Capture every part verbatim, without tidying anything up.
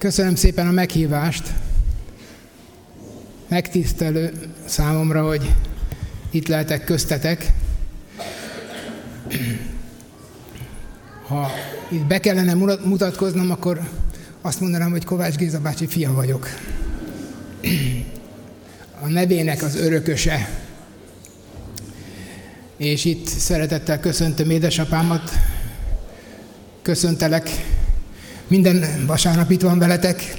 Köszönöm szépen a meghívást. Megtisztelő számomra, hogy itt lehetek köztetek. Ha itt be kellene mutatkoznom, akkor azt mondanám, hogy Kovács Géza bácsi fia vagyok. A nevének az örököse. És itt szeretettel köszöntöm édesapámat. Köszöntelek. Minden vasárnap itt van veletek.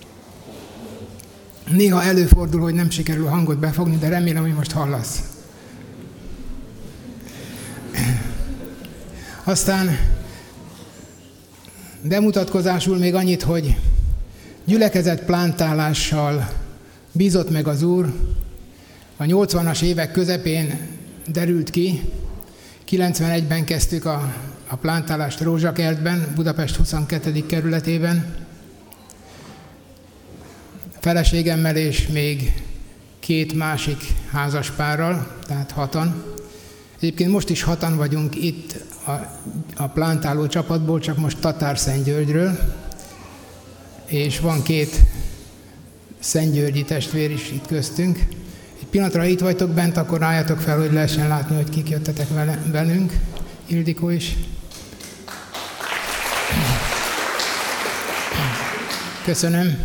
Néha előfordul, hogy nem sikerül a hangot befogni, de remélem, hogy most hallasz. Aztán bemutatkozásul még annyit, hogy gyülekezet plántálással bízott meg az Úr. A nyolcvanas évek közepén derült ki. kilencvenegyben kezdtük a, a plántálást Rózsakertben, Budapest huszonkettedik kerületében. Feleségemmel és még két másik házaspárral, tehát hatan. Egyébként most is hatan vagyunk itt a, a plántáló csapatból, csak most Tatárszentgyörgyről, és van két szentgyörgyi testvér is itt köztünk. Egy pillanatra itt vagytok bent, akkor álljatok fel, hogy lehessen látni, hogy kik jöttetek vele, velünk. Ildikó is. Köszönöm.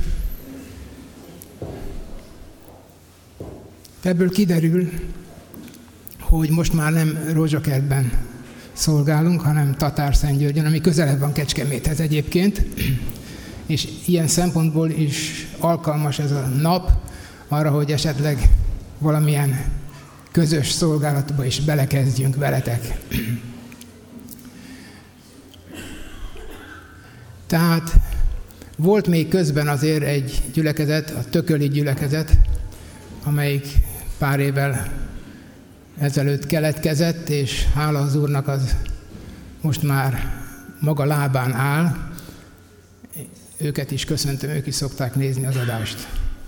Ebből kiderül, hogy most már nem Rózsakertben szolgálunk, hanem Tatárszentgyörgyön, ami közelebb van Kecskeméthez egyébként, és ilyen szempontból is alkalmas ez a nap arra, hogy esetleg valamilyen közös szolgálatba is belekezdjünk veletek. Tehát volt még közben azért egy gyülekezet, a Tököli gyülekezet, amelyik pár évvel ezelőtt keletkezett, és hála az Úrnak az most már maga lábán áll. Őket is köszöntöm, ők is szokták nézni az adást.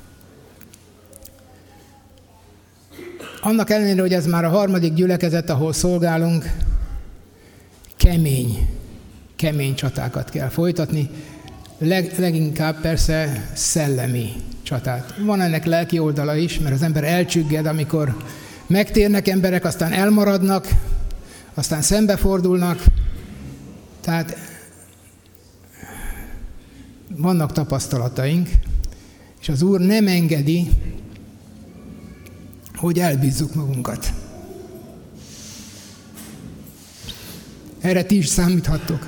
Annak ellenére, hogy ez már a harmadik gyülekezet, ahol szolgálunk, kemény, kemény csatákat kell folytatni, Leg, leginkább persze szellemi csatát. Van ennek lelki oldala is, mert az ember elcsügged, amikor megtérnek emberek, aztán elmaradnak, aztán szembefordulnak. Tehát vannak tapasztalataink, és az Úr nem engedi, hogy elbízzuk magunkat. Erre ti is számíthattok.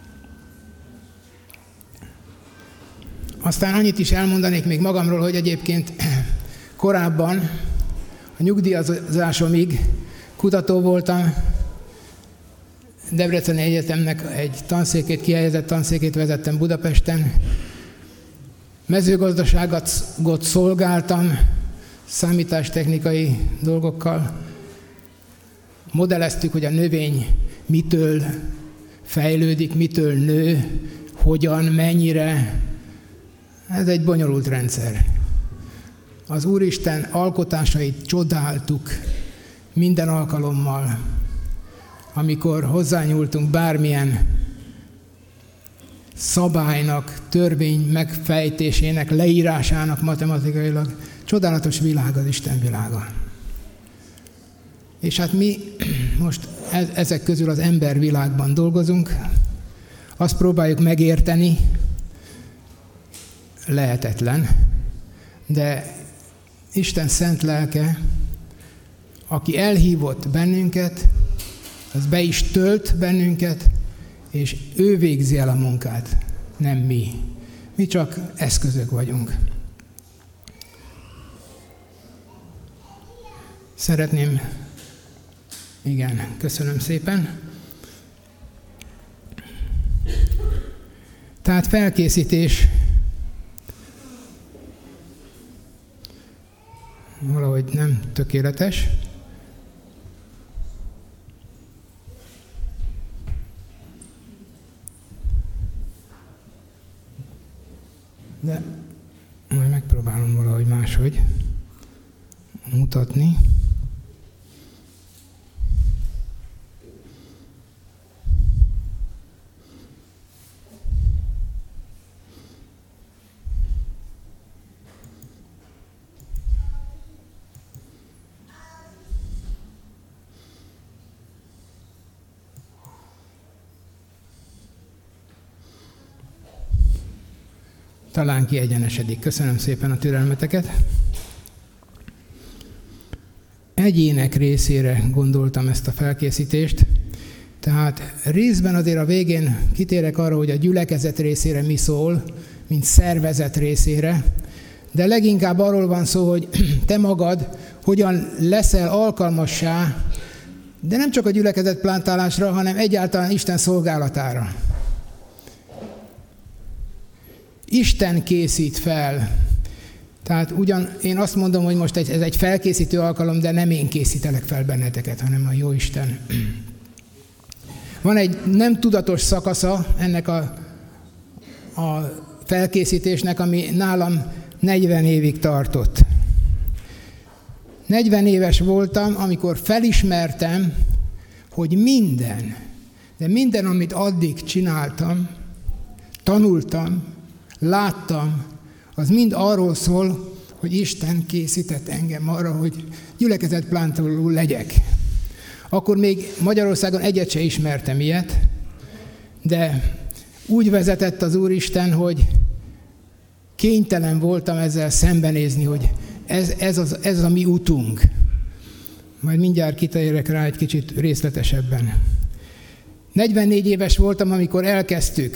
Aztán annyit is elmondanék még magamról, hogy egyébként korábban a nyugdíjazásomig kutató voltam, Debreceni Egyetemnek egy tanszékét, kihelyezett tanszékét vezettem Budapesten. Mezőgazdaságot szolgáltam számítástechnikai dolgokkal. Modelleztük, hogy a növény mitől fejlődik, mitől nő, hogyan, mennyire. Ez egy bonyolult rendszer. Az Úristen alkotásait csodáltuk minden alkalommal, amikor hozzányúltunk bármilyen szabálynak, törvény megfejtésének, leírásának matematikailag. Csodálatos világ az Isten világa. És hát mi most ezek közül az embervilágban dolgozunk, azt próbáljuk megérteni, lehetetlen, de Isten szent lelke, aki elhívott bennünket, az be is tölt bennünket, és ő végzi el a munkát, nem mi. Mi csak eszközök vagyunk. Szeretném, igen, köszönöm szépen. Tehát felkészítés. Valahogy nem tökéletes. De majd megpróbálom valahogy máshogy mutatni. talán kiegyenesedik. Köszönöm szépen a türelmeteket. Egyének részére gondoltam ezt a felkészítést, tehát részben azért a végén kitérek arra, hogy a gyülekezet részére mi szól, mint szervezet részére, de leginkább arról van szó, hogy te magad hogyan leszel alkalmassá, de nem csak a gyülekezet plántálásra, hanem egyáltalán Isten szolgálatára. Isten készít fel. Tehát ugyan én azt mondom, hogy most ez egy felkészítő alkalom, de nem én készítelek fel benneteket, hanem a Jóisten. Van egy nem tudatos szakasza ennek a, a felkészítésnek, ami nálam negyven évig tartott. negyven éves voltam, amikor felismertem, hogy minden, de minden, amit addig csináltam, tanultam, láttam, az mind arról szól, hogy Isten készített engem arra, hogy gyülekezetplántoló legyek. Akkor még Magyarországon egyet se ismertem ilyet, de úgy vezetett az Úristen, hogy kénytelen voltam ezzel szembenézni, hogy ez, ez, az, ez a mi utunk. Majd mindjárt kitérek rá egy kicsit részletesebben. negyvennégy éves voltam, amikor elkezdtük.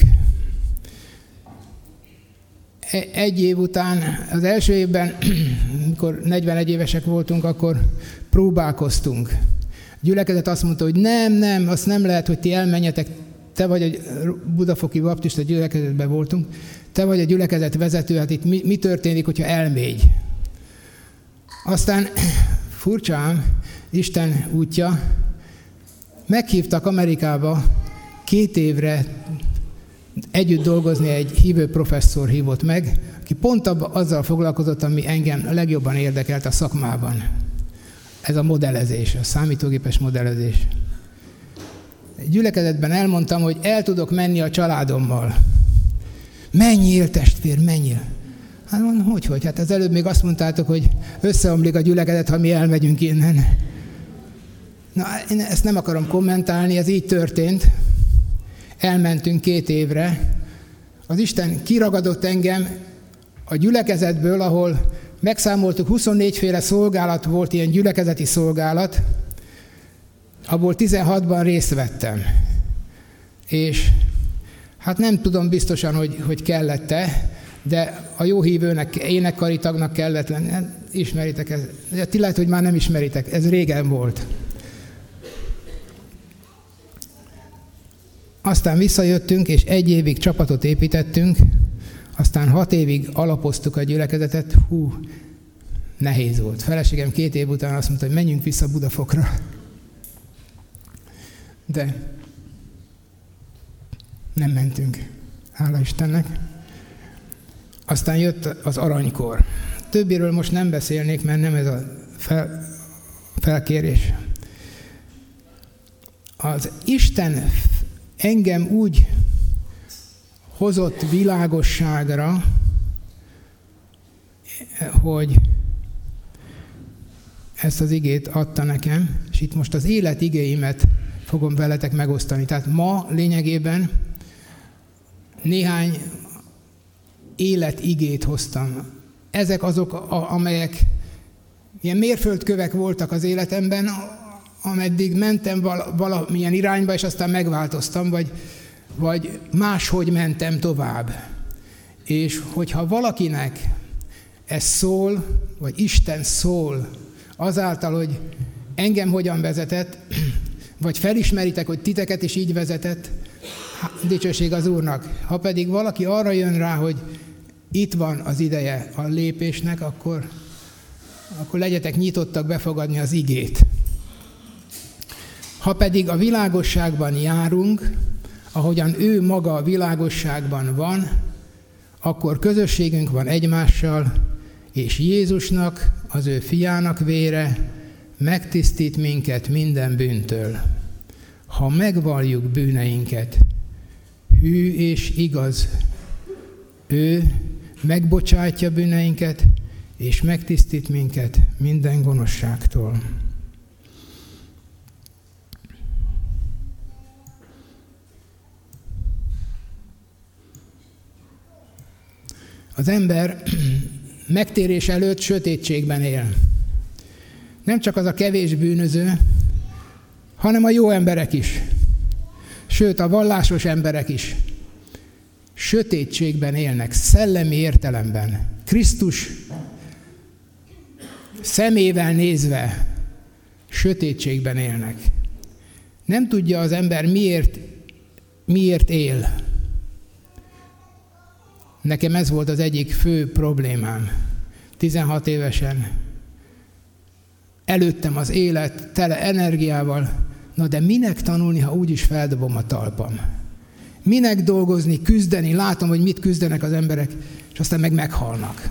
Egy év után, az első évben, amikor negyvenegy évesek voltunk, akkor próbálkoztunk. A gyülekezet azt mondta, hogy nem, nem, azt nem lehet, hogy ti elmenjetek, te vagy a budafoki baptista gyülekezetben voltunk, te vagy a gyülekezet vezető, hát itt mi, mi történik, hogyha elmégy? Aztán furcsán, Isten útja, meghívtak Amerikába két évre együtt dolgozni, egy hívő professzor hívott meg, aki pont abba, azzal foglalkozott, ami engem legjobban érdekelt a szakmában. Ez a modellezés, a számítógépes modellezés. Egy gyülekezetben elmondtam, hogy el tudok menni a családommal. Menjél, testvér, menjél. Hát mondom, hogy, hogy? Hát az előbb még azt mondtátok, hogy összeomlik a gyülekezet, ha mi elmegyünk innen. Na, én ezt nem akarom kommentálni, ez így történt. Elmentünk két évre. Az Isten kiragadott engem a gyülekezetből, ahol megszámoltuk, huszonnégy féle szolgálat volt, ilyen gyülekezeti szolgálat, abból tizenhatban részt vettem. És hát nem tudom biztosan, hogy, hogy kellett-e, de a jó hívőnek, énekkari tagnak kellett lenni. Ismeritek ezt? Ti lehet, hogy már nem ismeritek, ez régen volt. Aztán visszajöttünk, és egy évig csapatot építettünk, aztán hat évig alapoztuk a gyülekezetet. Hú, nehéz volt. Feleségem két év után azt mondta, hogy menjünk vissza Budafokra. De nem mentünk, hála Istennek. Aztán jött az aranykor. Többiről most nem beszélnék, mert nem ez a fel, felkérés. Az Isten engem úgy hozott világosságra, hogy ezt az igét adta nekem, és itt most az élet igéimet fogom veletek megosztani. Tehát ma lényegében néhány életigét hoztam. Ezek azok, amelyek ilyen mérföldkövek voltak az életemben, ameddig mentem val- valamilyen irányba, és aztán megváltoztam, vagy, vagy máshogy mentem tovább. És hogyha valakinek ez szól, vagy Isten szól azáltal, hogy engem hogyan vezetett, vagy felismeritek, hogy titeket is így vezetett, dicsőség az Úrnak. Ha pedig valaki arra jön rá, hogy itt van az ideje a lépésnek, akkor, akkor legyetek nyitottak befogadni az igét. Ha pedig a világosságban járunk, ahogyan ő maga a világosságban van, akkor közösségünk van egymással, és Jézusnak, az ő fiának vére megtisztít minket minden bűntől. Ha megvalljuk bűneinket, hű és igaz, ő megbocsátja bűneinket, és megtisztít minket minden gonoszságtól. Az ember megtérés előtt sötétségben él. Nem csak az a kevés bűnöző, hanem a jó emberek is. Sőt, a vallásos emberek is sötétségben élnek, szellemi értelemben. Krisztus szemével nézve sötétségben élnek. Nem tudja az ember, miért, miért él. Nekem ez volt az egyik fő problémám. tizenhat évesen előttem az élet tele energiával, na de minek tanulni, ha úgyis feldobom a talpam? Minek dolgozni, küzdeni, látom, hogy mit küzdenek az emberek, és aztán meg meghalnak.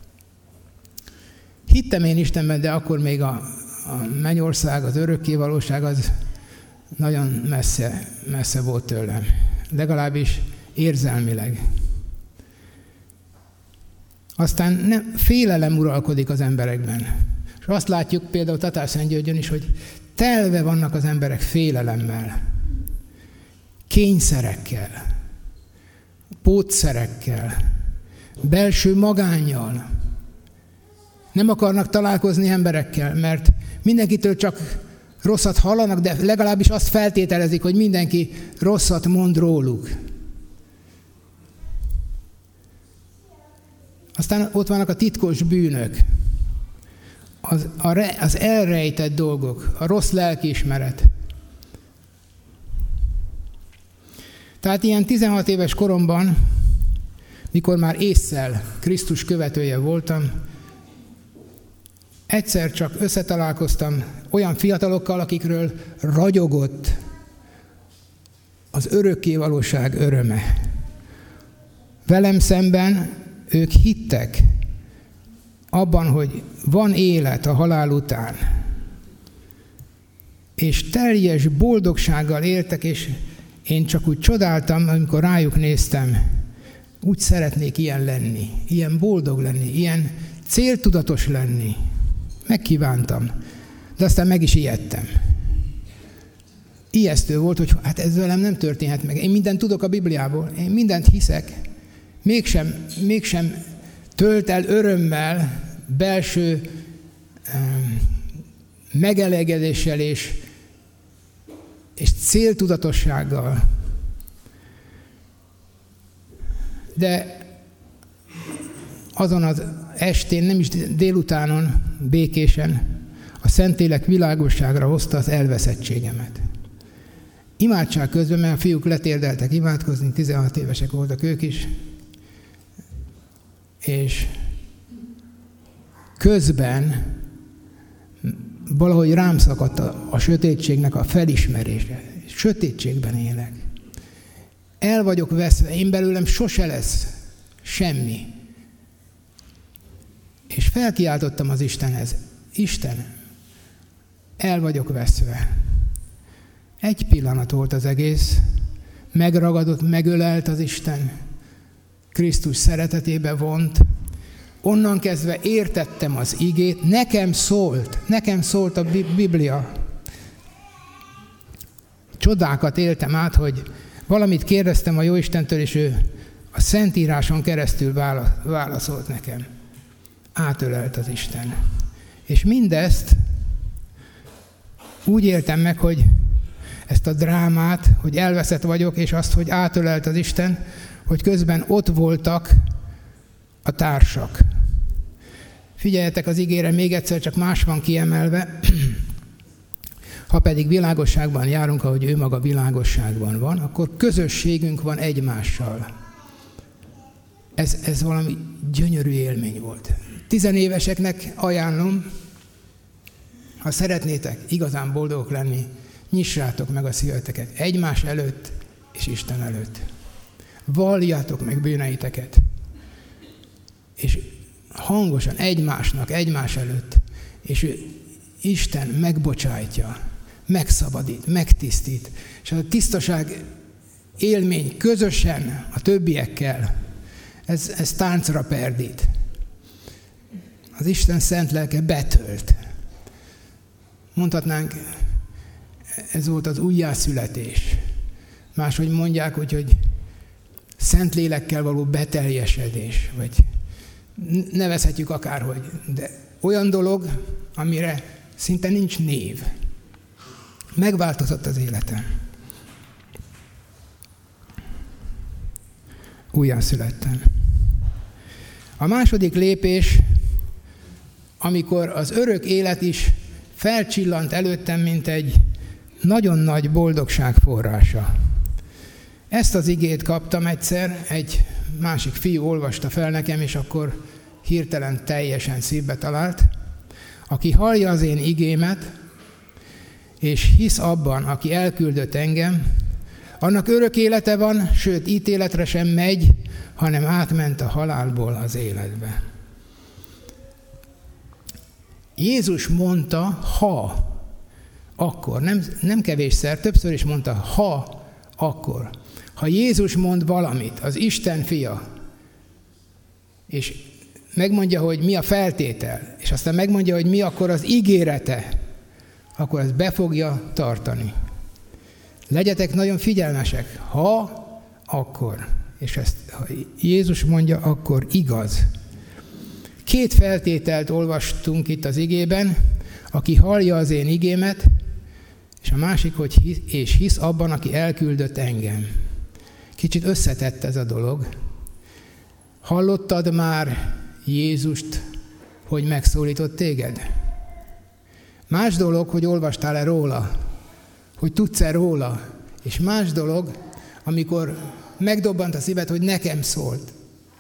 Hittem én Istenben, de akkor még a, a mennyország, az örökkévalóság az nagyon messze, messze volt tőlem. Legalábbis érzelmileg. Aztán nem, félelem uralkodik az emberekben. És azt látjuk például Tatárszentgyörgyön is, hogy telve vannak az emberek félelemmel, kényszerekkel, pótszerekkel, belső magánnyal. Nem akarnak találkozni emberekkel, mert mindenkitől csak rosszat hallanak, de legalábbis azt feltételezik, hogy mindenki rosszat mond róluk. Aztán ott vannak a titkos bűnök, az, a, az elrejtett dolgok, a rossz lelkiismeret. Tehát ilyen tizenhat éves koromban, mikor már ésszel Krisztus követője voltam, egyszer csak összetalálkoztam olyan fiatalokkal, akikről ragyogott az örökkévalóság öröme. Velem szemben ők hittek abban, hogy van élet a halál után. És teljes boldogsággal éltek, és én csak úgy csodáltam, amikor rájuk néztem, úgy szeretnék ilyen lenni, ilyen boldog lenni, ilyen céltudatos lenni. Megkívántam, de aztán meg is ijedtem. Ijesztő volt, hogy hát ez velem nem történhet meg. Én mindent tudok a Bibliából, én mindent hiszek. Mégsem, mégsem tölt el örömmel, belső um, megelégedéssel és, és céltudatossággal. De azon az estén, nem is délutánon, békésen, a Szentlélek világosságra hozta az elveszettségemet. Imádság közben, mert a fiúk letérdeltek imádkozni, tizenhat évesek voltak ők is, és közben valahogy rám szakadt a, a sötétségnek a felismerése. Sötétségben élek. El vagyok veszve, én belőlem sose lesz semmi. És felkiáltottam az Istenhez. Isten, el vagyok veszve. Egy pillanat volt az egész, megragadott, megölelt az Isten, Krisztus szeretetébe vont, onnan kezdve értettem az igét, nekem szólt, nekem szólt a Biblia. Csodákat éltem át, hogy valamit kérdeztem a Jóistentől, és ő a Szentíráson keresztül válaszolt nekem. Átölelt az Isten. És mindezt úgy éltem meg, hogy ezt a drámát, hogy elveszett vagyok, és azt, hogy átölelt az Isten, hogy közben ott voltak a társak. Figyeljetek az igére, még egyszer csak más van kiemelve, ha pedig világosságban járunk, ahogy ő maga világosságban van, akkor közösségünk van egymással. Ez, ez valami gyönyörű élmény volt. Tizenéveseknek ajánlom, ha szeretnétek igazán boldogok lenni, nyissátok meg a szíveteket egymás előtt és Isten előtt. Valljátok meg bűneiteket. És hangosan egymásnak, egymás előtt. És ő, Isten megbocsájtja, megszabadít, megtisztít. És a tisztaság élmény közösen a többiekkel, ez, ez táncra perdít. Az Isten szent lelke betölt. Mondhatnánk, ez volt az újjászületés. Máshogy mondják, úgy, hogy Szentlélekkel való beteljesedés, vagy nevezhetjük akárhogy, de olyan dolog, amire szinte nincs név. Megváltozott az életem. Újjászülettem. A második lépés, amikor az örök élet is felcsillant előttem, mint egy nagyon nagy boldogság forrása. Ezt az igét kaptam egyszer, egy másik fiú olvasta fel nekem, és akkor hirtelen teljesen szívbe talált. Aki hallja az én igémet, és hisz abban, aki elküldött engem, annak örök élete van, sőt, ítéletre sem megy, hanem átment a halálból az életbe. Jézus mondta, ha, akkor, nem, nem kevésszer, többször is mondta, ha, akkor. Ha Jézus mond valamit, az Isten fia, és megmondja, hogy mi a feltétel, és aztán megmondja, hogy mi akkor az ígérete, akkor ezt be fogja tartani. Legyetek nagyon figyelmesek, ha, akkor. És ezt, ha Jézus mondja, akkor igaz. Két feltételt olvastunk itt az igében, aki hallja az én igémet, és a másik, hogy hisz, és hisz abban, aki elküldött engem. Kicsit összetett ez a dolog. Hallottad már Jézust, hogy megszólított téged? Más dolog, hogy olvastál-e róla, hogy tudsz-e róla, és más dolog, amikor megdobbant a szíved, hogy nekem szólt.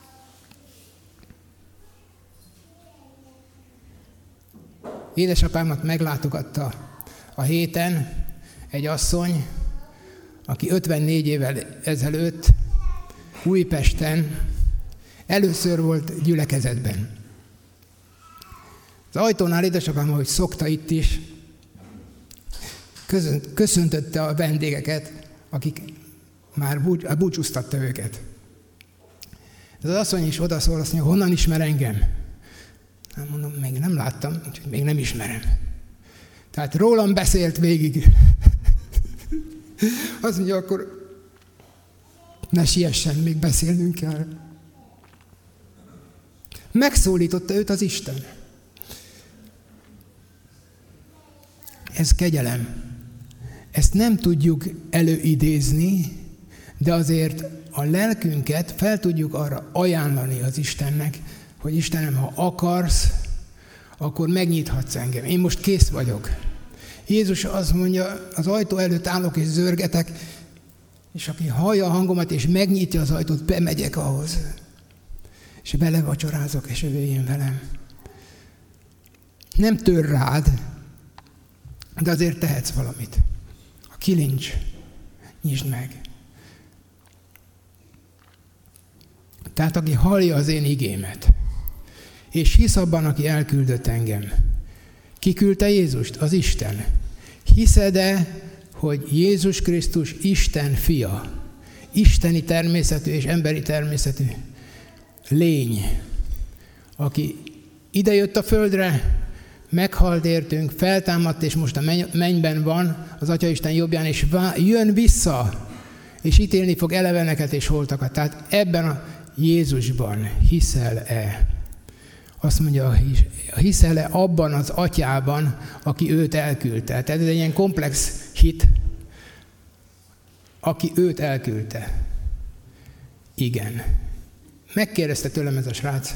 Édesapámat meglátogatta a héten egy asszony, aki ötvennégy évvel ezelőtt Újpesten először volt gyülekezetben. Az ajtónál édesapám, ahogy szokta itt is, köszöntötte a vendégeket, akik már búcs, búcsúztatta őket. Ez az asszony is odaszól, azt mondja, honnan ismer engem? Hát mondom, még nem láttam, úgyhogy még nem ismerem. Tehát rólam beszélt végig. Azt mondja, akkor ne siessen, még beszélnünk kell. Megszólította őt az Isten. Ez kegyelem. Ezt nem tudjuk előidézni, de azért a lelkünket fel tudjuk arra ajánlani az Istennek, hogy Istenem, ha akarsz, akkor megnyithatsz engem. Én most kész vagyok. Jézus azt mondja, az ajtó előtt állok és zörgetek, és aki hallja a hangomat és megnyitja az ajtót, bemegyek ahhoz. És belevacsorázok, és ő jöjjön velem. Nem tör rád, de azért tehetsz valamit. A kilincs, nyisd meg. Tehát aki hallja az én igémet, és hisz abban, aki elküldött engem. Ki küldte Jézust? Az Isten. Hiszed-e, hogy Jézus Krisztus Isten fia? Isteni természetű és emberi természetű lény, aki idejött a földre, meghalt értünk, feltámadt, és most a mennyben van, az Atyaisten jobbján, és jön vissza, és ítélni fog eleveneket és holtakat. Tehát ebben a Jézusban hiszel-e? Azt mondja, hiszel-e abban az atyában, aki őt elküldte? Tehát ez egy ilyen komplex hit, aki őt elküldte. Igen. Megkérdezte tőlem ez a srác.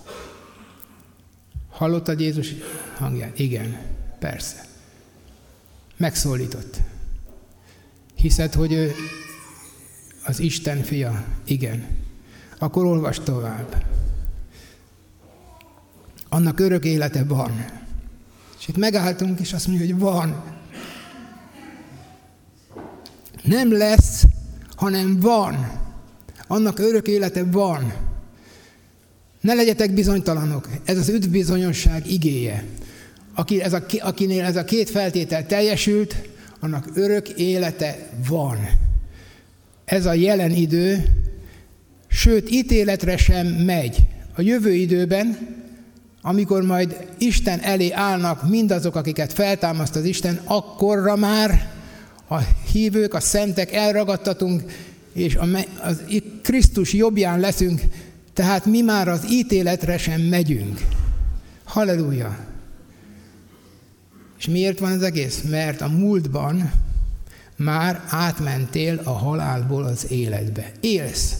Hallottad Jézus hangját? Igen, persze. Megszólított. Hiszed, hogy ő az Isten fia? Igen. Akkor olvasd tovább. Annak örök élete van. És itt megálltunk, és azt mondja, hogy van. Nem lesz, hanem van. Annak örök élete van. Ne legyetek bizonytalanok. Ez az üdvbizonyosság igéje. Aki ez a, akinél ez a két feltétel teljesült, annak örök élete van. Ez a jelen idő, sőt, ítéletre sem megy. A jövő időben, amikor majd Isten elé állnak mindazok, akiket feltámaszt az Isten, akkorra már a hívők, a szentek elragadtatunk és a, az Krisztus jobbján leszünk, tehát mi már az ítéletre sem megyünk. Halleluja! És miért van ez egész? Mert a múltban már átmentél a halálból az életbe. Élsz.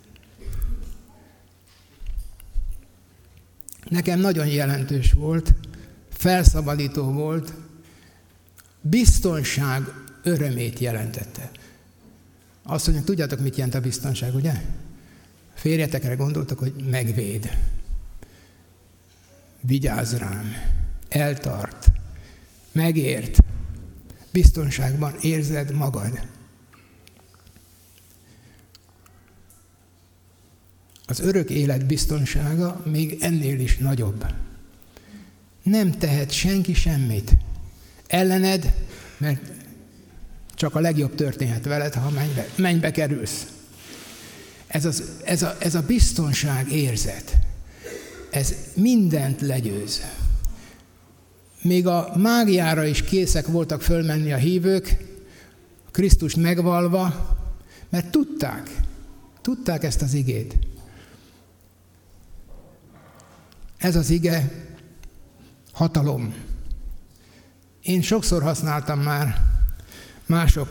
Nekem nagyon jelentős volt, felszabadító volt, biztonság örömét jelentette. Azt mondjuk, tudjátok, mit jelent a biztonság, ugye? Férjetekre gondoltak, hogy megvéd, vigyázz rám, eltart, megért, biztonságban érzed magad. Az örök élet biztonsága még ennél is nagyobb. Nem tehet senki semmit ellened, mert csak a legjobb történhet veled, ha mennybe, mennybe kerülsz. Ez, az, ez, a, ez a biztonság érzet, ez mindent legyőz. Még a mágiára is készek voltak fölmenni a hívők, Krisztust megvalva, mert tudták, tudták ezt az igét. Ez az ige hatalom. Én sokszor használtam már mások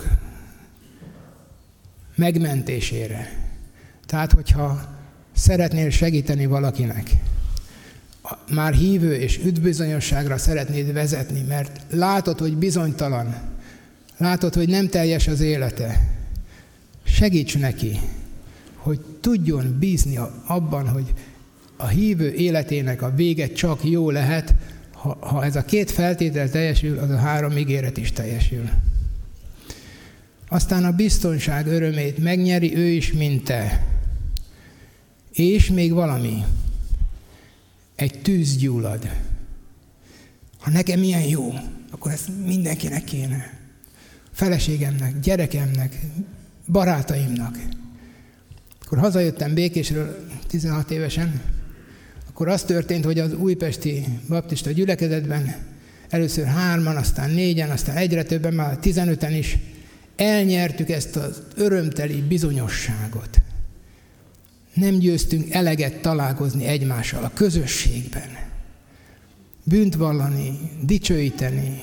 megmentésére. Tehát, hogyha szeretnél segíteni valakinek, már hívő és üdvbizonyosságra szeretnéd vezetni, mert látod, hogy bizonytalan, látod, hogy nem teljes az élete, segíts neki, hogy tudjon bízni abban, hogy a hívő életének a vége csak jó lehet, ha, ha ez a két feltétel teljesül, az a három ígéret is teljesül. Aztán a biztonság örömét megnyeri ő is, mint te. És még valami. Egy tűz gyullad. Ha nekem ilyen jó, akkor ezt mindenkinek kéne. Feleségemnek, gyerekemnek, barátaimnak. Akkor hazajöttem Békésről tizenhat évesen, akkor az történt, hogy az újpesti baptista gyülekezetben először hárman, aztán négyen, aztán egyre többen, már tizenöten is elnyertük ezt az örömteli bizonyosságot. Nem győztünk eleget találkozni egymással a közösségben. Bűnt vallani, dicsőíteni.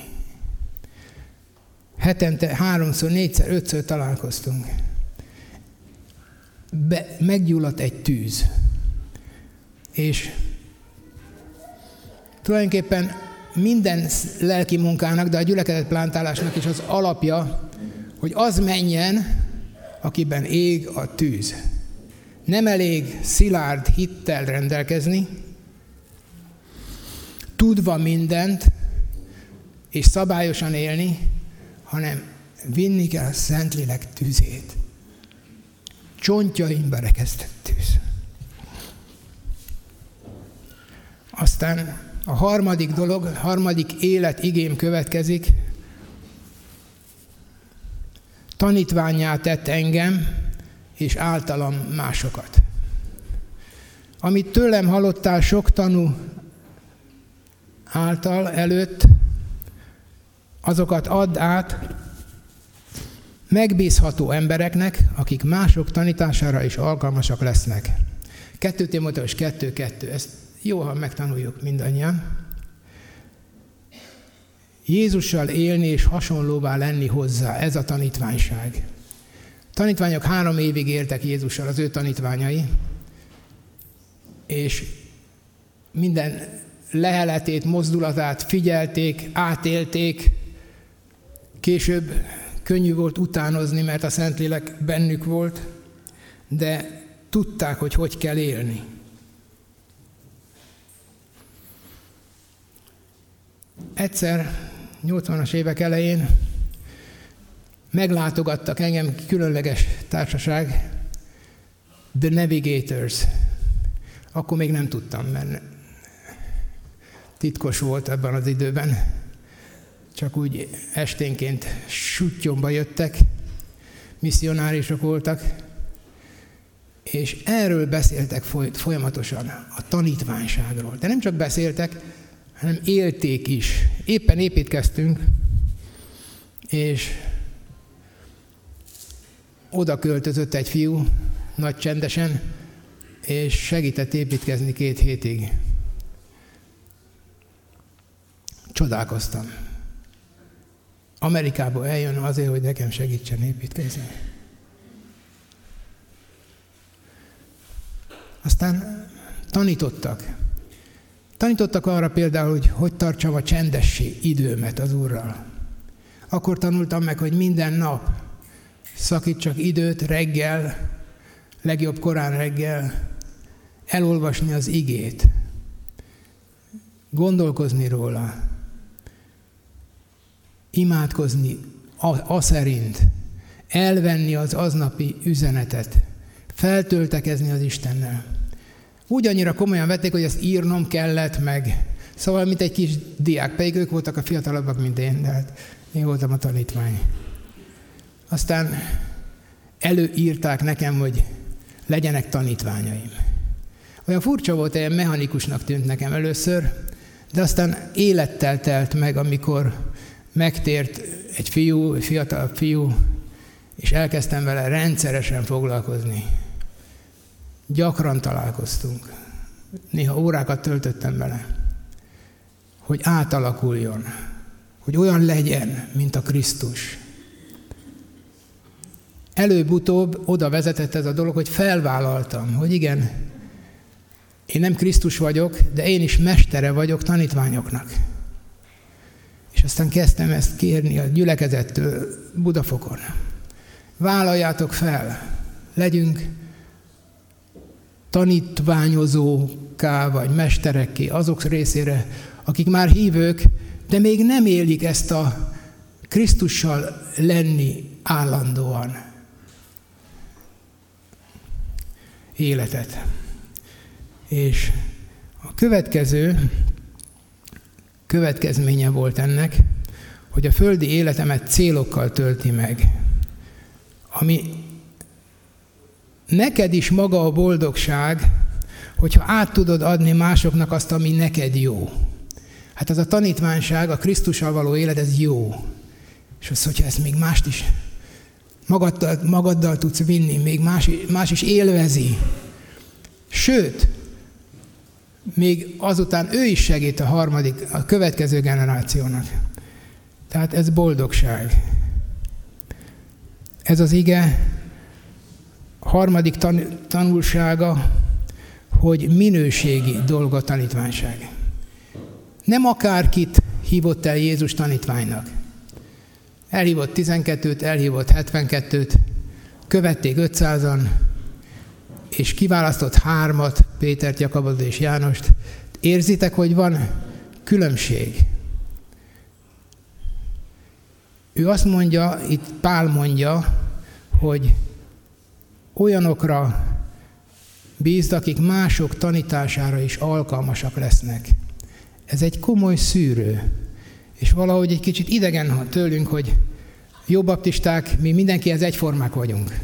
Hetente háromszor, négyszer, ötször találkoztunk. Be, meggyulladt egy tűz. És tulajdonképpen minden lelki munkának, de a gyülekezetplántálásnak is az alapja, hogy az menjen, akiben ég a tűz. Nem elég szilárd hittel rendelkezni, tudva mindent, és szabályosan élni, hanem vinni kell a Szentlélek tűzét. Csontjaimba rekesztett tűz. Aztán a harmadik dolog, a harmadik életigém következik. Tanítvánnyá tett engem, és általam másokat. Amit tőlem hallottál sok tanú által előtt, azokat add át megbízható embereknek, akik mások tanítására is alkalmasak lesznek. kettő Timóteus kettő kettő. Ezt jó, ha megtanuljuk mindannyian. Jézussal élni és hasonlóvá lenni hozzá, ez a tanítványság. Tanítványok három évig éltek Jézussal, az ő tanítványai, és minden leheletét, mozdulatát figyelték, átélték. Később könnyű volt utánozni, mert a Szentlélek bennük volt, de tudták, hogy hogy kell élni. Egyszer, nyolcvanas évek elején meglátogattak engem különleges társaság, The Navigators. Akkor még nem tudtam, mert titkos volt ebben az időben. Csak úgy esténként suttyomba jöttek, misszionárisok voltak, és erről beszéltek folyamatosan, a tanítványságról. De nem csak beszéltek, hanem élték is. Éppen építkeztünk, és oda költözött egy fiú, nagy csendesen, és segített építkezni két hétig. Csodálkoztam. Amerikába eljön azért, hogy nekem segítsen építkezni. Aztán tanítottak. Tanítottak arra például, hogy hogy tartsam a csendessé időmet az Úrral. Akkor tanultam meg, hogy minden nap szakítsak időt reggel, legjobb korán reggel, elolvasni az igét, gondolkozni róla, imádkozni a, a szerint, elvenni az aznapi üzenetet, feltöltekezni az Istennel. Úgy annyira komolyan vették, hogy ezt írnom kellett meg. Szóval, mint egy kis diák, pedig ők voltak a fiatalabbak, mint én, de hát én voltam a tanítvány. Aztán előírták nekem, hogy legyenek tanítványaim. Olyan furcsa volt, olyan mechanikusnak tűnt nekem először, de aztán élettel telt meg, amikor megtért egy fiú, egy fiatal fiú, és elkezdtem vele rendszeresen foglalkozni. Gyakran találkoztunk. Néha órákat töltöttem vele, hogy átalakuljon, hogy olyan legyen, mint a Krisztus. Előbb-utóbb oda vezetett ez a dolog, hogy felvállaltam, hogy igen, én nem Krisztus vagyok, de én is mestere vagyok tanítványoknak. És aztán kezdtem ezt kérni a gyülekezettől Budafokon. Vállaljátok fel, legyünk tanítványozóká vagy mesterekké azok részére, akik már hívők, de még nem élik ezt a Krisztussal lenni állandóan életet. És a következő következménye volt ennek, hogy a földi életemet célokkal tölti meg, ami neked is maga a boldogság, hogyha át tudod adni másoknak azt, ami neked jó. Hát az a tanítványság, a Krisztussal való élet, ez jó. És az, hogyha ezt még mást is magaddal, magaddal tudsz vinni, még más, más is élvezi. Sőt, még azután ő is segít a harmadik, a következő generációnak. Tehát ez boldogság. Ez az ige harmadik tan- tanulsága, hogy minőségi dolga a tanítványság. Nem akárkit hívott el Jézus tanítványnak. Elhívott tizenkettőt, elhívott hetvenkettőt, követték ötszázan, és kiválasztott hármat, Pétert, Jakabot és Jánost. Érzitek, hogy van különbség? Ő azt mondja, itt Pál mondja, hogy olyanokra bízd, akik mások tanítására is alkalmasak lesznek. Ez egy komoly szűrő. És valahogy egy kicsit idegen tőlünk, hogy jó baptisták, mi mindenkihez egyformák vagyunk.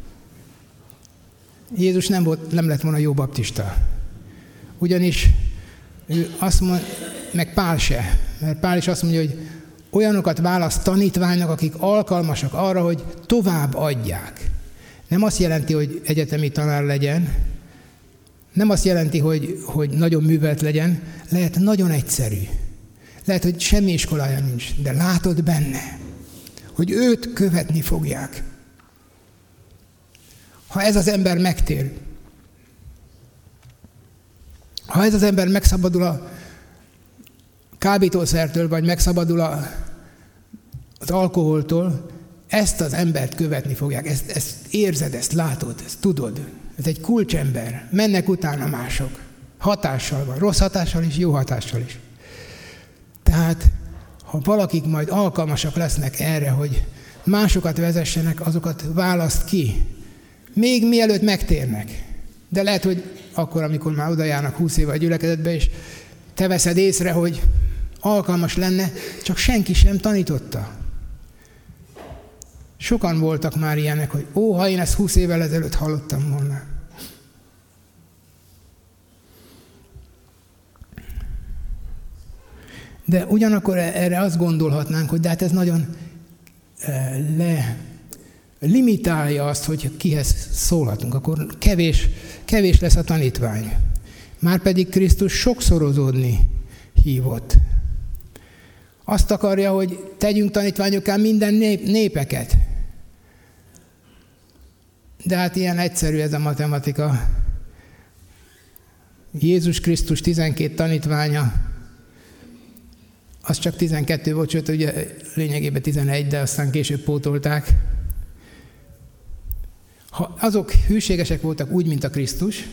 Jézus nem, volt, nem lett volna jó baptista. Ugyanis ő azt mond, meg Pál se, mert Pál is azt mondja, hogy olyanokat választ tanítványnak, akik alkalmasak arra, hogy tovább adják. Nem azt jelenti, hogy egyetemi tanár legyen, nem azt jelenti, hogy, hogy nagyon művelt legyen, lehet nagyon egyszerű. Lehet, hogy semmi iskolája nincs, de látod benne, hogy őt követni fogják. Ha ez az ember megtér, ha ez az ember megszabadul a kábítószertől, vagy megszabadul a, az alkoholtól, ezt az embert követni fogják. Ezt, ezt érzed, ezt látod, ezt tudod. Ez egy kulcsember. Mennek utána mások. Hatással van. Rossz hatással is, jó hatással is. Tehát, ha valakik majd alkalmasak lesznek erre, hogy másokat vezessenek, azokat választ ki. Még mielőtt megtérnek. De lehet, hogy akkor, amikor már oda járnak húsz éve a gyülekezetbe, és te veszed észre, hogy alkalmas lenne, csak senki sem tanította. Sokan voltak már ilyenek, hogy ó, ha én ezt húsz évvel ezelőtt hallottam volna. De ugyanakkor erre azt gondolhatnánk, hogy de hát ez nagyon le, limitálja azt, hogy kihez szólhatunk, akkor kevés, kevés lesz a tanítvány. Márpedig Krisztus sokszorozódni hívott. Azt akarja, hogy tegyünk tanítványokká minden nép, népeket. De hát ilyen egyszerű ez a matematika. Jézus Krisztus tizenkét tanítványa, az csak tizenkettő volt, sőt, ugye lényegében tizenegy, de aztán később pótolták. Ha azok hűségesek voltak úgy, mint a Krisztus,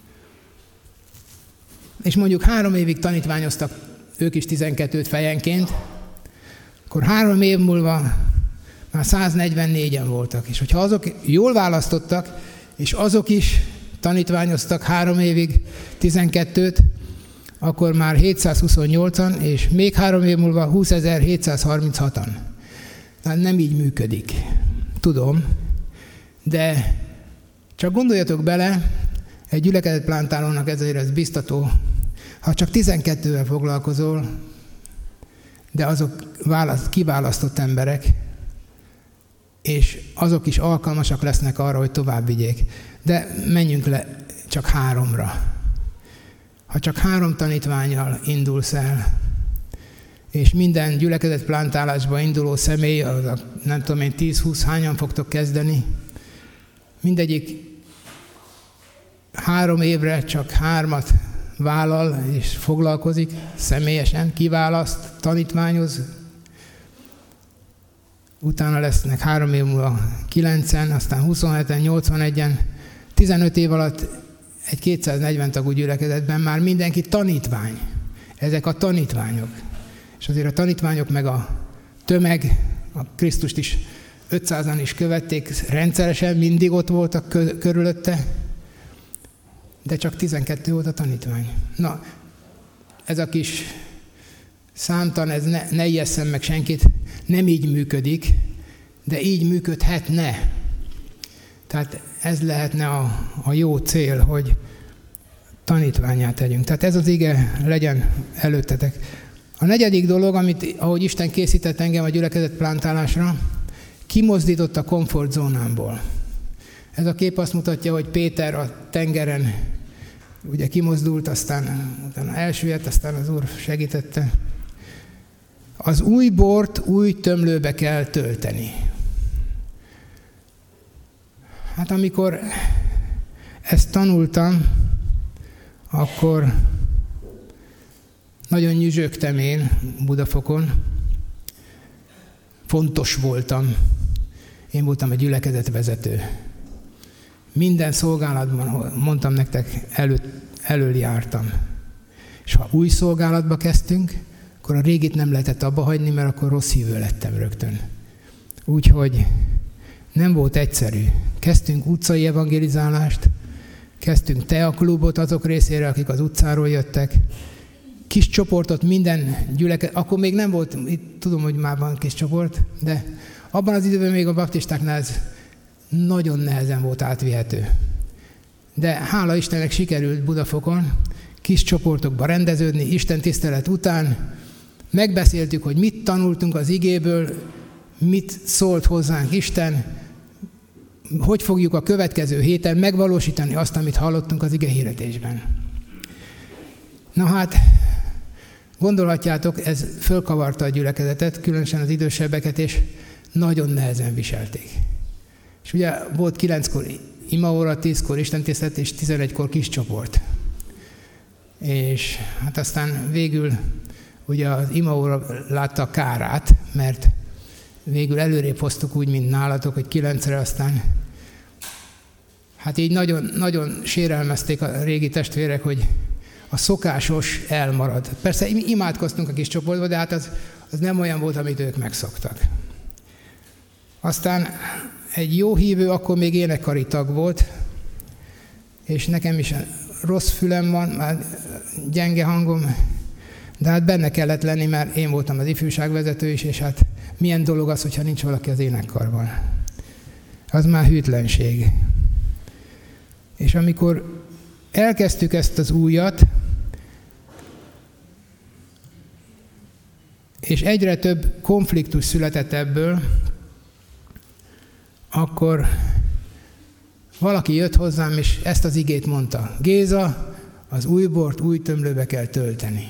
és mondjuk három évig tanítványoztak ők is tizenkettőt fejenként, akkor három év múlva már száznegyvennégyen voltak. És hogyha azok jól választottak, és azok is tanítványoztak három évig tizenkettőt, akkor már hétszázhuszonnyolcan, és még három év múlva húszezer-hétszázharminchatan. Tehát nem így működik. Tudom, de csak gondoljatok bele, egy gyülekezetplántálónak ezért ez biztató, ha csak tizenkettővel foglalkozol, de azok választ, kiválasztott emberek, és azok is alkalmasak lesznek arra, hogy tovább vigyék. De menjünk le csak háromra. Ha csak három tanítvánnyal indulsz el, és minden gyülekezetplántálásba induló személy, az a, nem tudom én, tíz-húsz, hányan fogtok kezdeni, mindegyik három évre csak hármat vállal és foglalkozik, személyesen kiválaszt, tanítványoz. Utána lesznek három év múlva kilencen, aztán huszonheten, nyolcvanegyen, tizenöt év alatt egy kétszáznegyven tagú gyülekezetben már mindenki tanítvány. Ezek a tanítványok. És azért a tanítványok meg a tömeg, a Krisztust is ötszázan is követték, rendszeresen mindig ott voltak körülötte, de csak tizenkettő volt a tanítvány. Na, ez a kis számtan, ez ne, ne ijesszem meg senkit, nem így működik, de így működhetne. Tehát ez lehetne a, a jó cél, hogy tanítvánnyá tegyünk. Tehát ez az ige legyen előttetek. A negyedik dolog, amit, ahogy Isten készített engem a gyülekezetplántálásra, kimozdított a komfortzónámból. Ez a kép azt mutatja, hogy Péter a tengeren ugye kimozdult, aztán utána elsüllyedt, aztán az Úr segítette. Az új bort új tömlőbe kell tölteni. Hát amikor ezt tanultam, akkor nagyon nyüzsögtem én Budafokon. Fontos voltam. Én voltam a gyülekezetvezető. Minden szolgálatban, mondtam nektek, elő, elől jártam. És ha új szolgálatba kezdtünk, akkor a régit nem lehetett abba hagyni, mert akkor rossz hívő lettem rögtön. Úgyhogy nem volt egyszerű. Kezdtünk utcai evangelizálást, kezdtünk teaklubot azok részére, akik az utcáról jöttek. Kis csoportot minden gyülekezet, akkor még nem volt, itt tudom, hogy már van kis csoport, de abban az időben még a baptistáknál ez nagyon nehezen volt átvihető. De hála Istennek sikerült Budafokon kis csoportokba rendeződni, Isten tisztelet után. Megbeszéltük, hogy mit tanultunk az igéből, mit szólt hozzánk Isten, hogy fogjuk a következő héten megvalósítani azt, amit hallottunk az ige hirdetésben. Na hát, gondolhatjátok, ez fölkavarta a gyülekezetet, különösen az idősebbeket, és nagyon nehezen viselték. És ugye volt kilenckor imaóra, tízkor istentisztelet, és tizenegykor kis csoport. És hát aztán végül ugye az imaóra látta a kárát, mert végül előrébb hoztuk úgy, mint nálatok, hogy kilencre, aztán hát így nagyon, nagyon sérelmezték a régi testvérek, hogy a szokásos elmarad. Persze imádkoztunk a kis csoportba, de hát az, az nem olyan volt, amit ők megszoktak. Aztán egy jó hívő, akkor még énekkari tag volt, és nekem is rossz fülem van, már gyenge hangom, de hát benne kellett lenni, mert én voltam az ifjúságvezető is, és hát milyen dolog az, hogyha nincs valaki az énekkarban. Az már hűtlenség. És amikor elkezdtük ezt az újat, és egyre több konfliktus született ebből, akkor valaki jött hozzám, és ezt az igét mondta. Géza, az új bort új tömlőbe kell tölteni.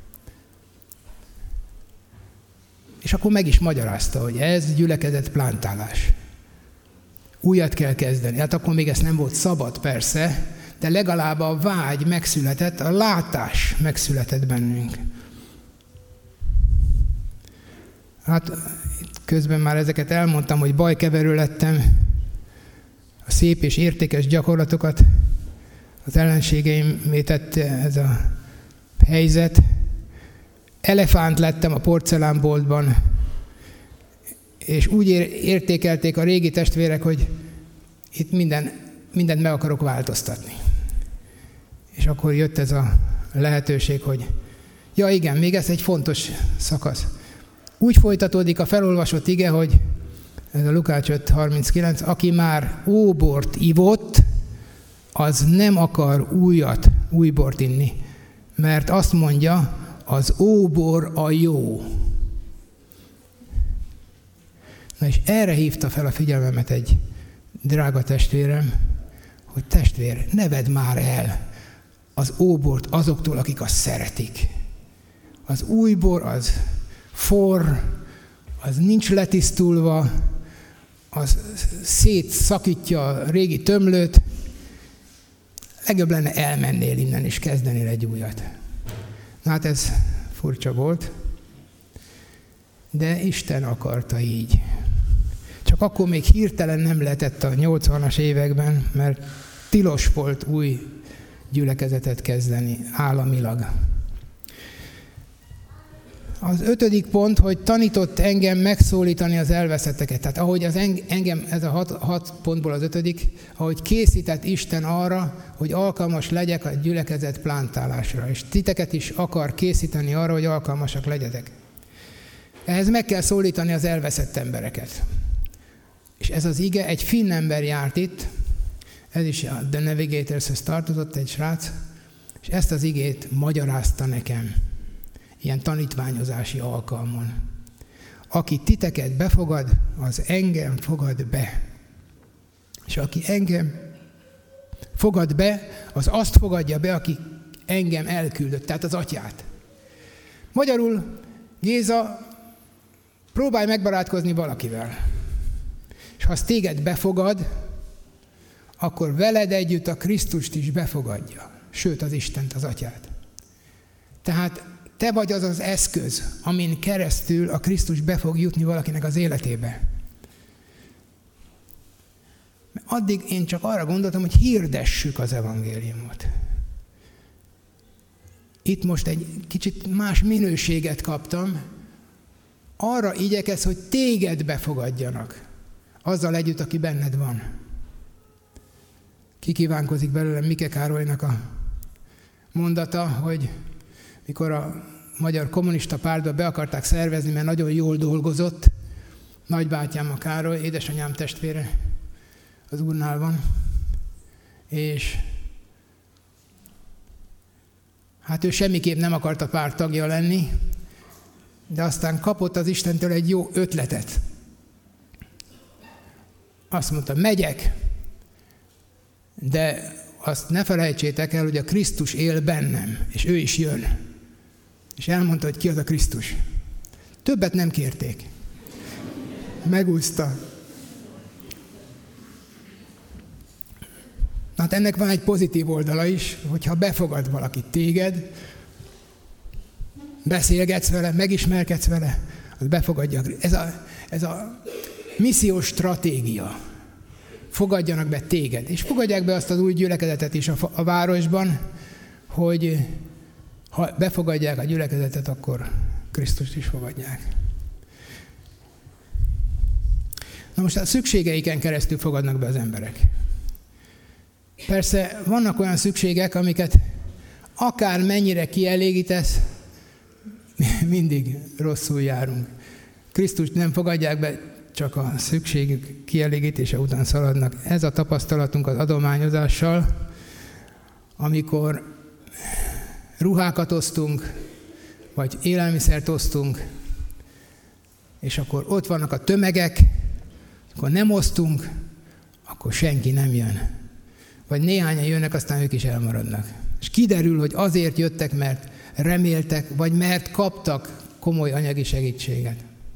És akkor meg is magyarázta, hogy ez gyülekezet plántálás. Újat kell kezdeni. Hát akkor még ez nem volt szabad, persze, de legalább a vágy megszületett, a látás megszületett bennünk. Hát közben már ezeket elmondtam, hogy bajkeverő lettem, a szép és értékes gyakorlatokat az ellenségeimé tette ez a helyzet. Elefánt lettem a porcelánboltban, és úgy értékelték a régi testvérek, hogy itt minden, mindent meg akarok változtatni. És akkor jött ez a lehetőség, hogy ja igen, még ez egy fontos szakasz. Úgy folytatódik a felolvasott ige, hogy ez a Lukács öt harminckilenc, aki már óbort ivott, az nem akar újat, új bort inni, mert azt mondja, az óbor a jó. Na és erre hívta fel a figyelmemet egy drága testvérem, hogy testvér, ne vedd már el az óbort azoktól, akik azt szeretik. Az új bor az forr, az nincs letisztulva, az szétszakítja a régi tömlőt. Legjobb lenne elmennél innen és kezdenél egy újat. Na hát ez furcsa volt, de Isten akarta így. Csak akkor még hirtelen nem lehetett a nyolcvanas években, mert tilos volt új gyülekezetet kezdeni államilag. Az ötödik pont, hogy tanított engem megszólítani az elveszetteket. Tehát ahogy az engem, ez a hat, hat pontból az ötödik, ahogy készített Isten arra, hogy alkalmas legyek a gyülekezet plántálásra. És titeket is akar készíteni arra, hogy alkalmasak legyetek. Ehhez meg kell szólítani az elveszett embereket. És ez az ige, egy finn ember járt itt, ez is a The Navigators-hez tartozott, egy srác, és ezt az igét magyarázta nekem. Ilyen tanítványozási alkalmon. Aki titeket befogad, az engem fogad be. És aki engem fogad be, az azt fogadja be, aki engem elküldött, tehát az atyát. Magyarul, Géza, próbálj megbarátkozni valakivel. És ha az téged befogad, akkor veled együtt a Krisztust is befogadja. Sőt, az Istent, az atyát. Tehát te vagy az az eszköz, amin keresztül a Krisztus be fog jutni valakinek az életébe. Addig én csak arra gondoltam, hogy hirdessük az evangéliumot. Itt most egy kicsit más minőséget kaptam. Arra igyekez, hogy téged befogadjanak. Azzal együtt, aki benned van. Kikívánkozik belőlem Mike Károlynak a mondata, hogy mikor a Magyar Kommunista Pártba be akarták szervezni, mert nagyon jól dolgozott, nagybátyám a Károly, édesanyám testvére az Úrnál van, és hát ő semmiképp nem akart a párt tagja lenni, de aztán kapott az Istentől egy jó ötletet. Azt mondta, megyek, de azt ne felejtsétek el, hogy a Krisztus él bennem, és ő is jön. És elmondta, hogy ki az a Krisztus. Többet nem kérték. Megúszta. Hát ennek van egy pozitív oldala is, hogyha befogad valaki téged, beszélgetsz vele, megismerkedsz vele, az befogadja. Ez a, ez a missziós stratégia. Fogadjanak be téged. És fogadják be azt az új gyülekezetet is a, a városban, hogy ha befogadják a gyülekezetet, akkor Krisztust is fogadják. Na most a szükségeiken keresztül fogadnak be az emberek. Persze vannak olyan szükségek, amiket akár mennyire kielégítesz, mindig rosszul járunk. Krisztust nem fogadják be, csak a szükségük kielégítése után szaladnak. Ez a tapasztalatunk az adományozással, amikor ruhákat osztunk, vagy élelmiszert osztunk, és akkor ott vannak a tömegek, Akkor nem osztunk, akkor senki nem jön. Vagy néhányan jönnek, aztán ők is elmaradnak. És kiderül, hogy azért jöttek, mert reméltek, vagy mert kaptak komoly anyagi segítséget.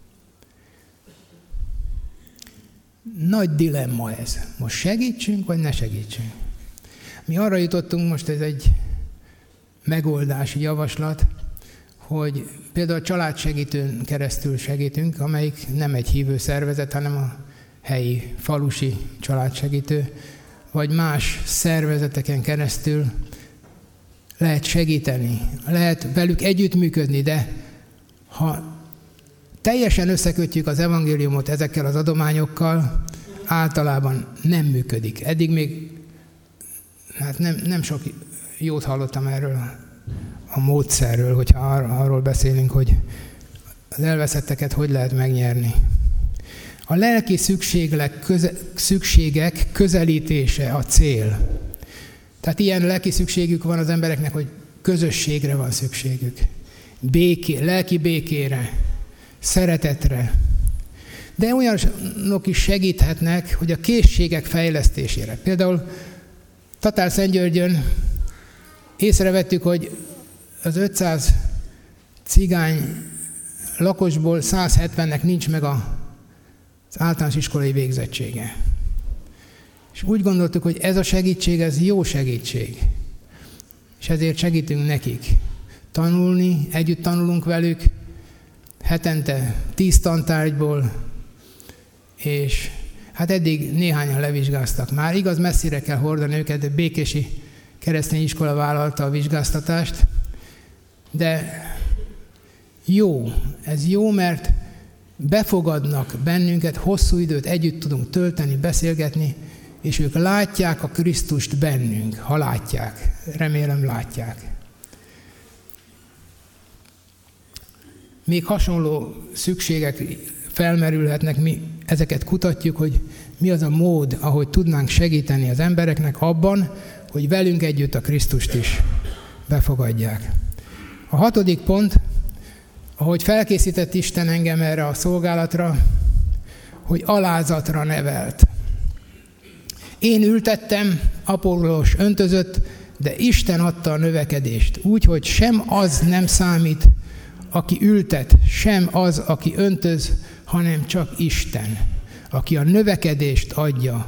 Nagy dilemma ez. Most segítsünk, vagy ne segítsünk? Mi arra jutottunk, most ez egy megoldási javaslat, hogy például a családsegítőn keresztül segítünk, amelyik nem egy hívő szervezet, hanem a helyi falusi családsegítő, vagy más szervezeteken keresztül lehet segíteni, lehet velük együttműködni, de ha teljesen összekötjük az evangéliumot ezekkel az adományokkal, általában nem működik. Eddig még hát nem, nem sok jót hallottam erről a módszerről, hogyha arról beszélünk, hogy az elveszetteket hogy lehet megnyerni. A lelki szükségek, köze, szükségek közelítése a cél. Tehát ilyen lelki szükségük van az embereknek, hogy közösségre van szükségük. Béké, lelki békére, szeretetre. De olyanok is segíthetnek, hogy a készségek fejlesztésére. Például Tatárszentgyörgyön észrevettük, hogy az ötszáz cigány lakosból száz hetvennek nincs meg a, az általános iskolai végzettsége. És úgy gondoltuk, hogy ez a segítség, ez jó segítség. És ezért segítünk nekik tanulni, együtt tanulunk velük, hetente tíz tantárgyból, és hát eddig néhányan levizsgáztak már. Igaz, messzire kell hordani őket, de békési keresztény iskola vállalta a vizsgáztatást. De jó, ez jó, mert befogadnak bennünket, hosszú időt együtt tudunk tölteni, beszélgetni, és ők látják a Krisztust bennünk, ha látják. Remélem látják. Még hasonló szükségek felmerülhetnek, mi ezeket kutatjuk, hogy mi az a mód, ahogy tudnánk segíteni az embereknek abban, hogy velünk együtt a Krisztust is befogadják. A hatodik pont, ahogy felkészített Isten engem erre a szolgálatra, hogy alázatra nevelt. Én ültettem, Apollós öntözött, de Isten adta a növekedést. Úgy, hogy sem az nem számít, aki ültet, sem az, aki öntöz, hanem csak Isten, aki a növekedést adja.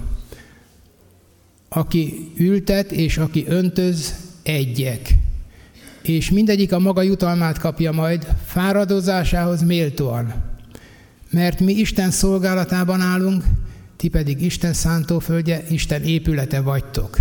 Aki ültet és aki öntöz, egyek. És mindegyik a maga jutalmát kapja majd fáradozásához méltóan. Mert mi Isten szolgálatában állunk, ti pedig Isten szántóföldje, Isten épülete vagytok.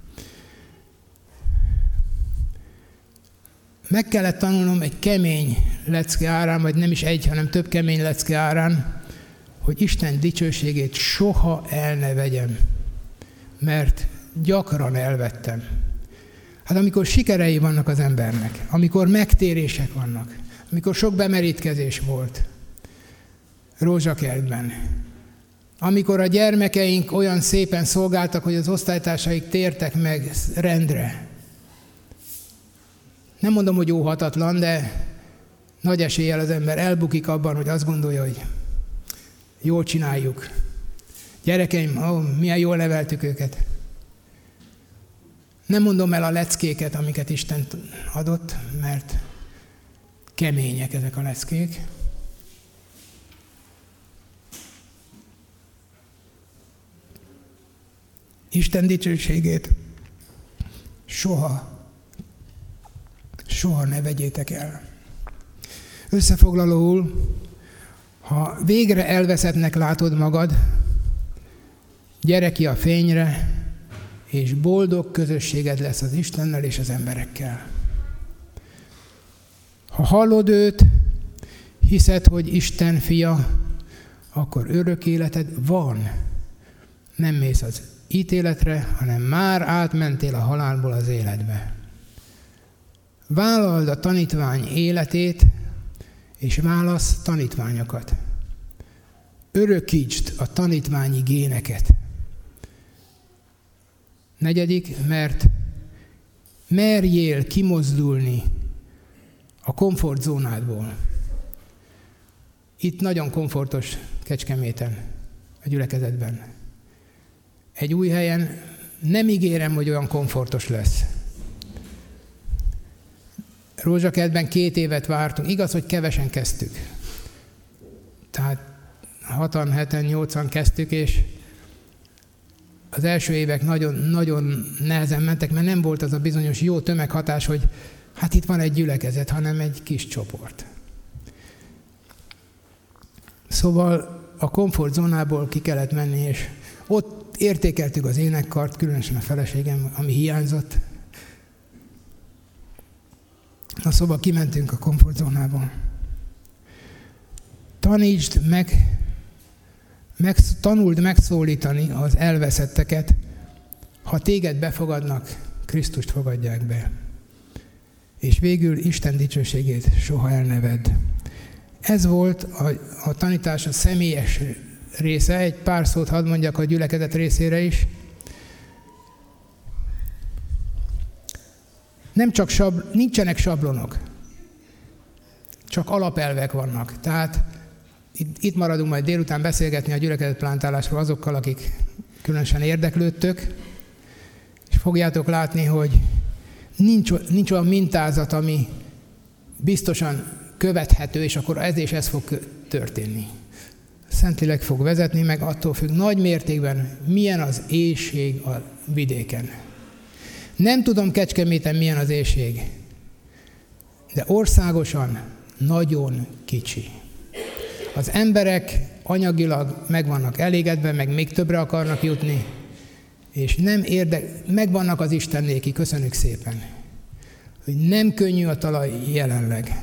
Meg kellett tanulnom egy kemény lecke árán, vagy nem is egy, hanem több kemény lecke árán, hogy Isten dicsőségét soha el ne vegyem, mert gyakran elvettem. Hát amikor sikerei vannak az embernek, amikor megtérések vannak, amikor sok bemerítkezés volt Rózsakertben, amikor a gyermekeink olyan szépen szolgáltak, hogy az osztálytársaik tértek meg rendre. Nem mondom, hogy óhatatlan, de nagy eséllyel az ember elbukik abban, hogy azt gondolja, hogy jól csináljuk. Gyerekeim, ó, milyen jól neveltük őket. Nem mondom el a leckéket, amiket Isten adott, mert kemények ezek a leckék. Isten dicsőségét soha, soha ne vegyétek el. Összefoglalóul, ha végre elveszettnek látod magad, gyere ki a fényre, és boldog közösséged lesz az Istennel és az emberekkel. Ha hallod őt, hiszed, hogy Isten fia, akkor örök életed van. Nem mész az ítéletre, hanem már átmentél a halálból az életbe. Vállald a tanítvány életét, és válasz tanítványokat. Örökítsd a tanítványi géneket. Negyedik, mert merjél kimozdulni a komfortzónádból. Itt nagyon komfortos Kecskeméten. a gyülekezetben. Egy új helyen nem ígérem, hogy olyan komfortos lesz. Rózsakertben két évet vártunk. Igaz, hogy kevesen kezdtük. Tehát hatan, heten, nyolcan kezdtük, és az első évek nagyon, nagyon nehezen mentek, mert nem volt az a bizonyos jó tömeghatás, hogy hát itt van egy gyülekezet, hanem egy kis csoport. Szóval a komfortzónából ki kellett menni, és ott értékeltük az énekkart, különösen a feleségem, ami hiányzott. Na szóval kimentünk a komfortzónából. Tanítsd meg, meg, tanuld megszólítani az elveszetteket, ha téged befogadnak, Krisztust fogadják be. És végül Isten dicsőségét soha el ne vedd. Ez volt a, a tanítás a személyes része, egy pár szót hadd mondjak a gyülekezet részére is. Nem csak sabl, nincsenek sablonok, csak alapelvek vannak. Tehát itt, itt maradunk majd délután beszélgetni a gyülekezetplántálásról azokkal, akik különösen érdeklődtök, és fogjátok látni, hogy nincs, nincs olyan mintázat, ami biztosan követhető, és akkor ez és ez fog történni. Szentlélek fog vezetni, meg attól függ nagy mértékben, milyen az éhség a vidéken. Nem tudom Kecskeméten milyen az éhség, de országosan nagyon kicsi. Az emberek anyagilag meg vannak elégedve, meg még többre akarnak jutni, és nem érdek, megvannak az Istennéki, köszönjük szépen, hogy nem könnyű a talaj jelenleg.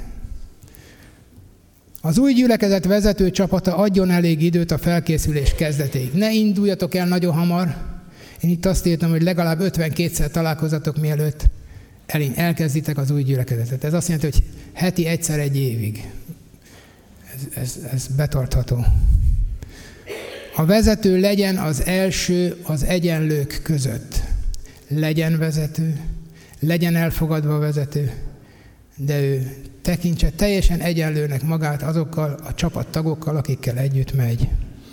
Az új gyülekezet vezető csapata adjon elég időt a felkészülés kezdetéig. Ne induljatok el nagyon hamar. Én itt azt írtam, hogy legalább ötvenkétszer találkozatok, mielőtt elkezditek az új gyülekezetet. Ez azt jelenti, hogy heti egyszer egy évig. Ez, ez, ez betartható. A vezető legyen az első az egyenlők között. Legyen vezető, legyen elfogadva a vezető, de ő tekintse teljesen egyenlőnek magát azokkal a csapattagokkal, akikkel együtt megy.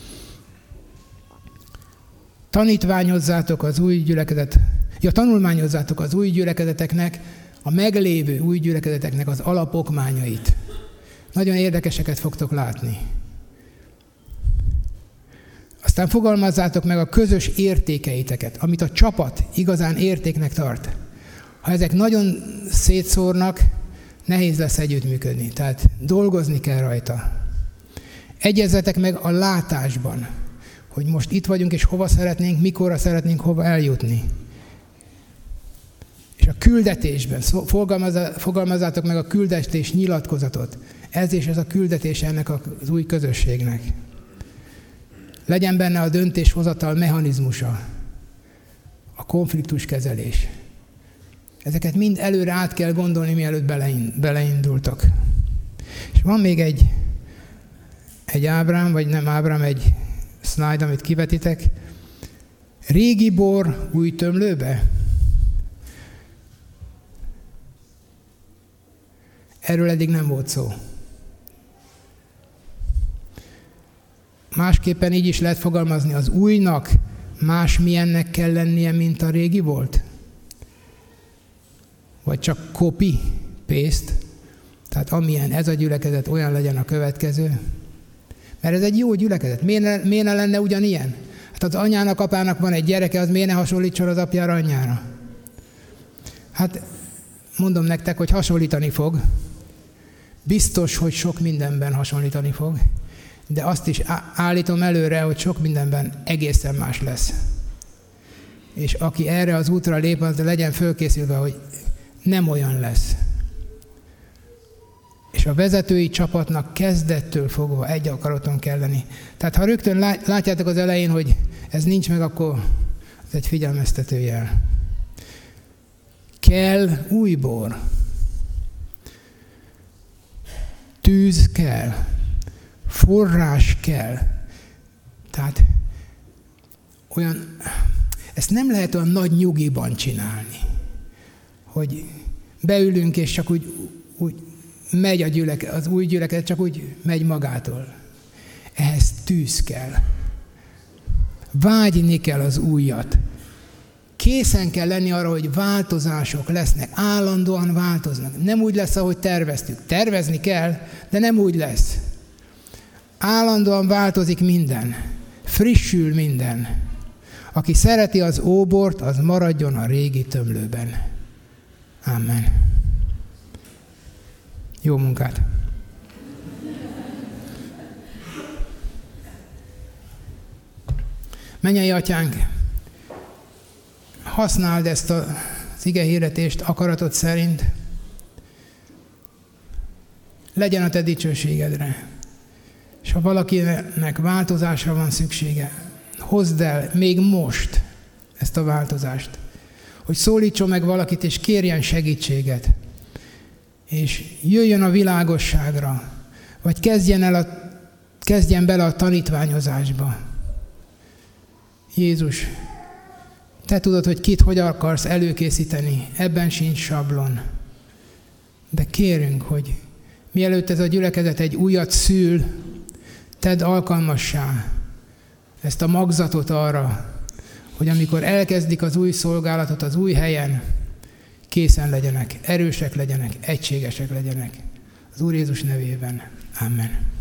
Tanítványozzátok az új gyülekezet, ja, tanulmányozzátok az új gyülekezeteknek, a meglévő új gyülekezeteknek az alapokmányait. Nagyon érdekeseket fogtok látni. Aztán fogalmazzátok meg a közös értékeiteket, amit a csapat igazán értéknek tart. Ha ezek nagyon szétszórnak, nehéz lesz együttműködni, tehát dolgozni kell rajta. Egyezzetek meg a látásban, hogy most itt vagyunk, és hova szeretnénk, mikorra szeretnénk hova eljutni. És a küldetésben, fogalmazzátok meg a küldetés nyilatkozatot. Ez és ez a küldetés ennek az új közösségnek. Legyen benne a döntéshozatal mechanizmusa, a konfliktuskezelés. Ezeket mind előre át kell gondolni, mielőtt beleindultak. És van még egy, egy ábrám, vagy nem ábrám, egy szlájd, amit kivetitek. Régi bor új tömlőbe? Erről eddig nem volt szó. Másképpen így is lehet fogalmazni, az újnak másmilyennek kell lennie, mint a régi volt? Vagy csak copy, paste, tehát amilyen ez a gyülekezet, olyan legyen a következő. Mert ez egy jó gyülekezet. Miért ne, miért ne lenne ugyanilyen? Hát az anyának, apának van egy gyereke, az miért ne hasonlítson az apjára, anyjára? Hát mondom nektek, hogy hasonlítani fog. Biztos, hogy sok mindenben hasonlítani fog. De azt is állítom előre, hogy sok mindenben egészen más lesz. És aki erre az útra lép, az legyen fölkészülve, hogy nem olyan lesz. És a vezetői csapatnak kezdettől fogva egy akaraton kell lenni. Tehát ha rögtön látjátok az elején, hogy ez nincs meg, akkor ez egy figyelmeztető jel. Kell új bor. Tűz kell. Forrás kell. Tehát olyan, ezt nem lehet olyan nagy nyugiban csinálni, hogy beülünk, és csak úgy, úgy megy a gyüleke, az új gyülekezet, csak úgy megy magától. Ehhez tűz kell. Vágyni kell az újat. Készen kell lenni arra, hogy változások lesznek, állandóan változnak. Nem úgy lesz, ahogy terveztük. Tervezni kell, de nem úgy lesz. Állandóan változik minden. Frissül minden. Aki szereti az óbort, az maradjon a régi tömlőben. Amen. Jó munkát! Mennyei Atyánk, használd ezt az igehirdetést akaratod szerint. Legyen a te dicsőségedre. És ha valakinek változásra van szüksége, hozd el még most ezt a változást. Hogy szólítson meg valakit, és kérjen segítséget. És jöjjön a világosságra, vagy kezdjen, el a, kezdjen bele a tanítványozásba. Jézus, te tudod, hogy kit hogy akarsz előkészíteni, ebben sincs sablon. De kérünk, hogy mielőtt ez a gyülekezet egy újat szül, tedd alkalmassá ezt a magzatot arra, hogy amikor elkezdik az új szolgálatot az új helyen, készen legyenek, erősek legyenek, egységesek legyenek. Az Úr Jézus nevében. Amen.